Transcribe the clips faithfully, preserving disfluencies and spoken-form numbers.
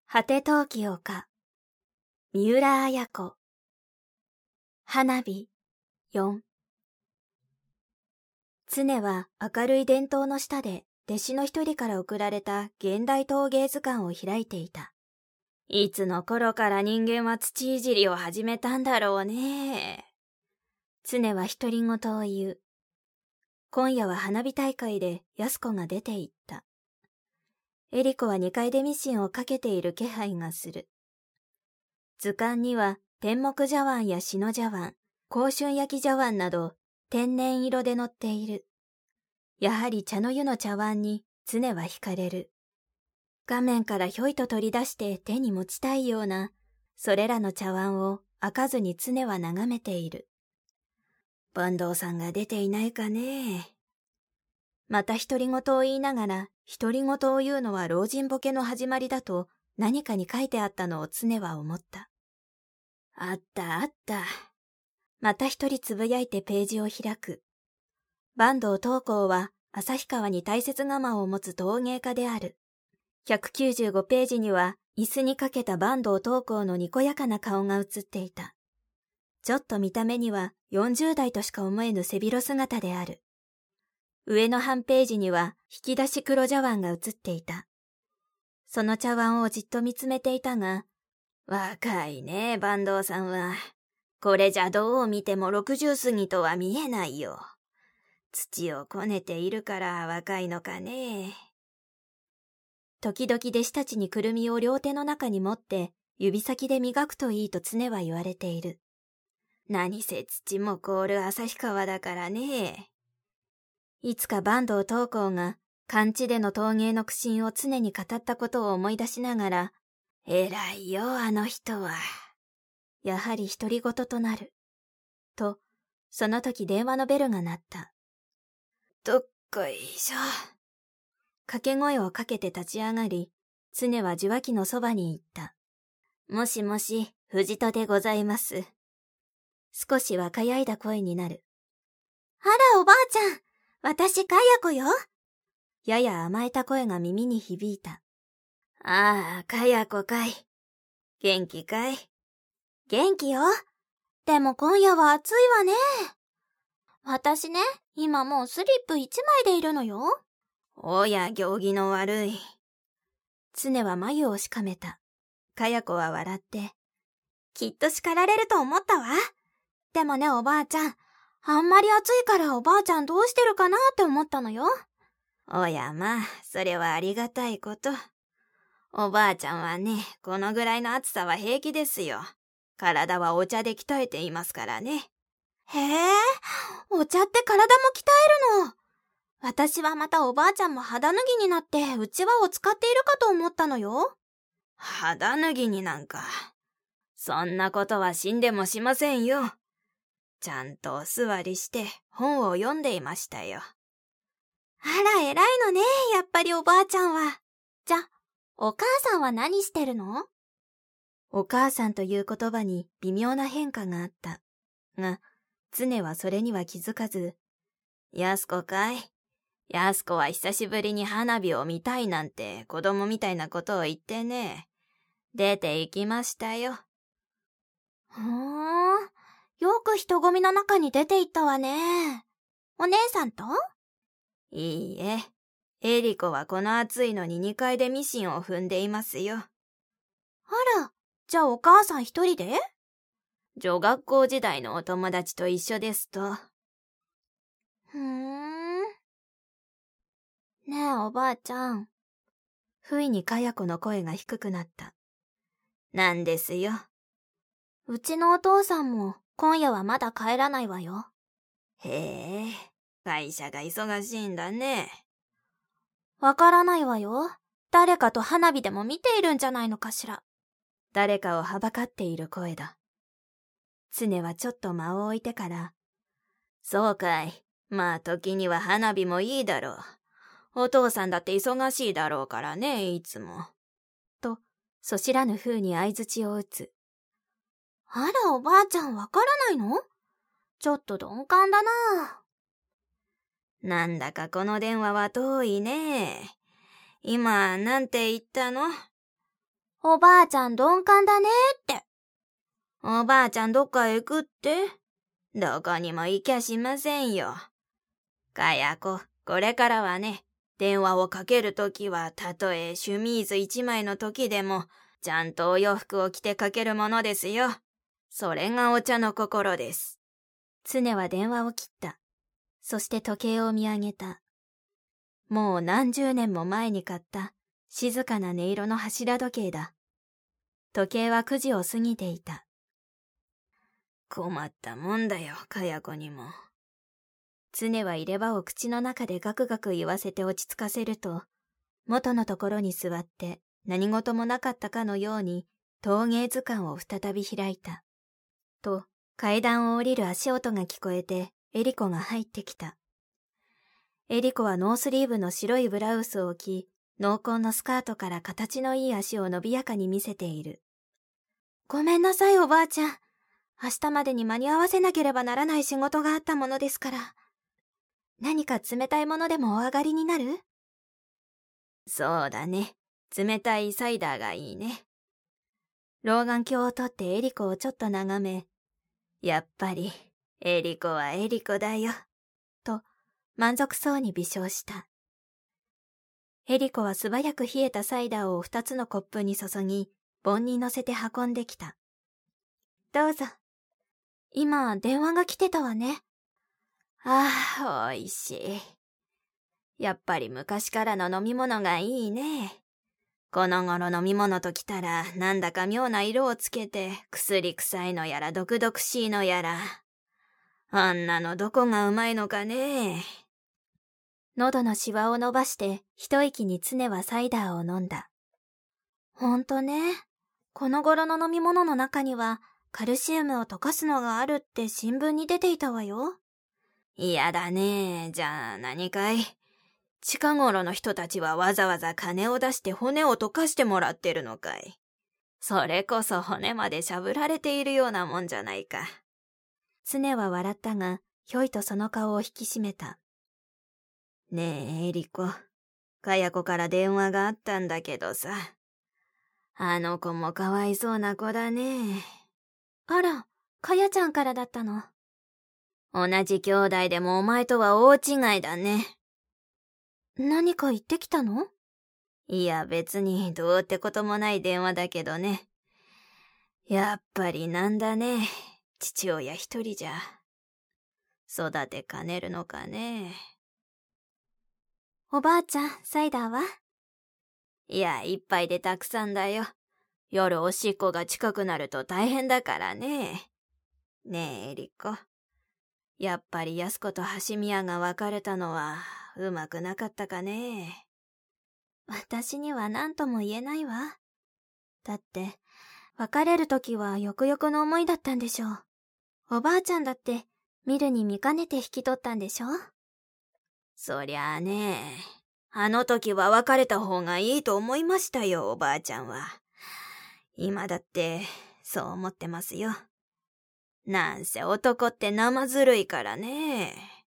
果て陶器丘、三浦綾子。花火、よん。常は明るい電灯の下で弟子の一人から送られた現代陶芸図鑑を開いていた。いつの頃から人間は土いじりを始めたんだろうね。常は独り言を言う。今夜は花火大会で安子が出て行った。エリコは二階でミシンをかけている気配がする。図鑑には天目茶碗や篠茶碗、甲春焼き茶碗など天然色で載っている。やはり茶の湯の茶碗に常は惹かれる。画面からひょいと取り出して手に持ちたいような、それらの茶碗を開かずに常は眺めている。坂東さんが出ていないかね。また独り言を言いながら、独り言を言うのは老人ボケの始まりだと何かに書いてあったのを常は思った。あったあった。また一人つぶやいてページを開く。坂東東光は旭川に大切釜を持つ陶芸家である。ひゃくきゅうじゅうごページには椅子にかけた坂東東光のにこやかな顔が写っていた。ちょっと見た目にはよんじゅう代としか思えぬ背広姿である。上の半ページには引き出し黒茶碗が写っていた。その茶碗をじっと見つめていたが、若いね、坂東さんは。これじゃどう見てもろくじゅう過ぎとは見えないよ。土をこねているから若いのかね。時々弟子たちにくるみを両手の中に持って指先で磨くといいと常は言われている。何せ土も凍る旭川だからね。いつか坂東東光が寒地での陶芸の苦心を常に語ったことを思い出しながら、偉いよあの人は。やはり独り言となる。と、その時電話のベルが鳴った。どっこいしょ。掛け声をかけて立ち上がり、常は受話器のそばに行った。もしもし、藤戸でございます。少し若やいだ声になる。あらおばあちゃん、私かや子よ。やや甘えた声が耳に響いた。ああ、かや子かい。元気かい？元気よ。でも今夜は暑いわね。私ね、今もうスリップ一枚でいるのよ。おや、行儀の悪い。常は眉をしかめた。かや子は笑って。きっと叱られると思ったわ。でもね、おばあちゃん。あんまり暑いからおばあちゃんどうしてるかなって思ったのよ。おやまあ、それはありがたいこと。おばあちゃんはね、このぐらいの暑さは平気ですよ。体はお茶で鍛えていますからね。へえ、お茶って体も鍛えるの。私はまたおばあちゃんも肌脱ぎになってうちわを使っているかと思ったのよ。肌脱ぎになんか。そんなことは死んでもしませんよ。ちゃんとお座りして本を読んでいましたよ。あら偉いのね、やっぱりおばあちゃんは。じゃ、お母さんは何してるの？お母さんという言葉に微妙な変化があった。が、常はそれには気づかず、安子かい？安子は久しぶりに花火を見たいなんて子供みたいなことを言ってね。出て行きましたよ。ふーん、よく人混みの中に出て行ったわね。お姉さんと？いいえ、エリコはこの暑いのににかいでミシンを踏んでいますよ。あら、じゃあお母さん一人で？女学校時代のお友達と一緒ですと。ふーん。ねえおばあちゃん。不意にかや子の声が低くなった。なんですよ。うちのお父さんも今夜はまだ帰らないわよ。へえ、会社が忙しいんだね。わからないわよ。誰かと花火でも見ているんじゃないのかしら。誰かをはばかっている声だ。常はちょっと間を置いてから、そうかい。まあ時には花火もいいだろう。お父さんだって忙しいだろうからね、いつも。と、そしらぬ風に相槌を打つ。あらおばあちゃんわからないの？ちょっと鈍感だな。なんだかこの電話は遠いね。今、なんて言ったの？ おばあちゃん鈍感だねって。おばあちゃんどっかへ行くって？どこにも行きゃしませんよ。かやこ、これからはね、電話をかけるときはたとえシュミーズ一枚のときでも、ちゃんとお洋服を着てかけるものですよ。それがお茶の心です。常は電話を切った。そして時計を見上げた。もう何十年も前に買った静かな音色の柱時計だ。時計はくじを過ぎていた。困ったもんだよ、かや子にも。常は入れ歯を口の中でガクガク言わせて落ち着かせると、元のところに座って何事もなかったかのように陶芸図鑑を再び開いた。と、階段を降りる足音が聞こえてエリコが入ってきた。エリコはノースリーブの白いブラウスを着、濃紺のスカートから形のいい足を伸びやかに見せている。ごめんなさいおばあちゃん。明日までに間に合わせなければならない仕事があったものですから。何か冷たいものでもお上がりになる？そうだね。冷たいサイダーがいいね。老眼鏡を取ってエリコをちょっと眺め、やっぱりエリコはエリコだよ。と満足そうに微笑した。エリコは素早く冷えたサイダーを二つのコップに注ぎ、盆に乗せて運んできた。どうぞ。今、電話が来てたわね。ああ、おいしい。やっぱり昔からの飲み物がいいね。この頃飲み物ときたら、なんだか妙な色をつけて、薬臭いのやら毒々しいのやら。あんなのどこがうまいのかね。喉のシワを伸ばして、一息に常はサイダーを飲んだ。ほんとね。この頃の飲み物の中には、カルシウムを溶かすのがあるって新聞に出ていたわよ。嫌だね。じゃあ何かい？近頃の人たちはわざわざ金を出して骨を溶かしてもらってるのかい？それこそ骨までしゃぶられているようなもんじゃないか。常は笑ったが、ひょいとその顔を引き締めた。ねえ、エリコ。かや子から電話があったんだけどさ。あの子もかわいそうな子だね。あら、かやちゃんからだったの。同じ兄弟でもお前とは大違いだね。何か言ってきたの？いや別にどうってこともない電話だけどね。やっぱりなんだね。父親一人じゃ。育てかねるのかね。おばあちゃん、サイダーは？いや、一杯でたくさんだよ。夜おしっこが近くなると大変だからね。ねえ、エリコ。やっぱり安子と橋宮が別れたのはうまくなかったかね。私には何とも言えないわ。だって、別れるときはよくよくの思いだったんでしょう。おばあちゃんだって見るに見かねて引き取ったんでしょ。そりゃあね、あの時は別れた方がいいと思いましたよ、おばあちゃんは。今だってそう思ってますよ。なんせ男って生ずるいからね。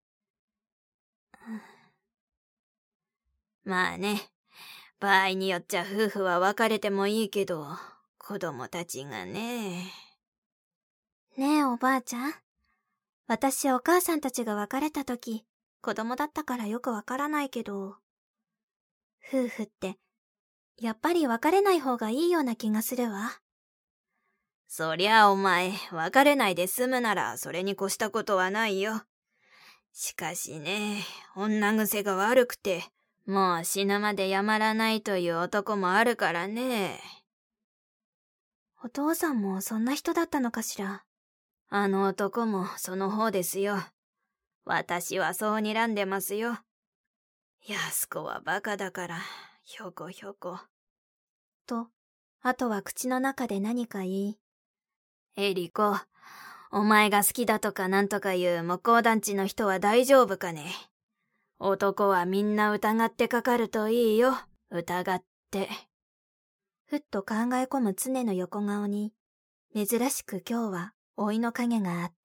まあね、場合によっちゃ夫婦は別れてもいいけど、子供たちがね。ねえおばあちゃん。私お母さんたちが別れた時、子供だったからよくわからないけど、夫婦って、やっぱり別れない方がいいような気がするわ。そりゃお前、別れないで済むならそれに越したことはないよ。しかしね、女癖が悪くて、もう死ぬまでやまらないという男もあるからね。お父さんもそんな人だったのかしら。あの男もその方ですよ。私はそう睨んでますよ。安子はバカだから、ひょこひょこ。と、あとは口の中で何か言い、エリコ、お前が好きだとかなんとかいう向こう団地の人は大丈夫かね。男はみんな疑ってかかるといいよ、疑って。ふっと考え込む常の横顔に、珍しく今日は老いの影があった。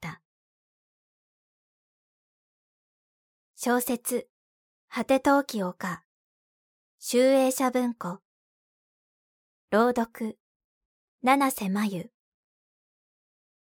小説、果て陶器丘、集英社文庫。 朗読、七瀬まゆ。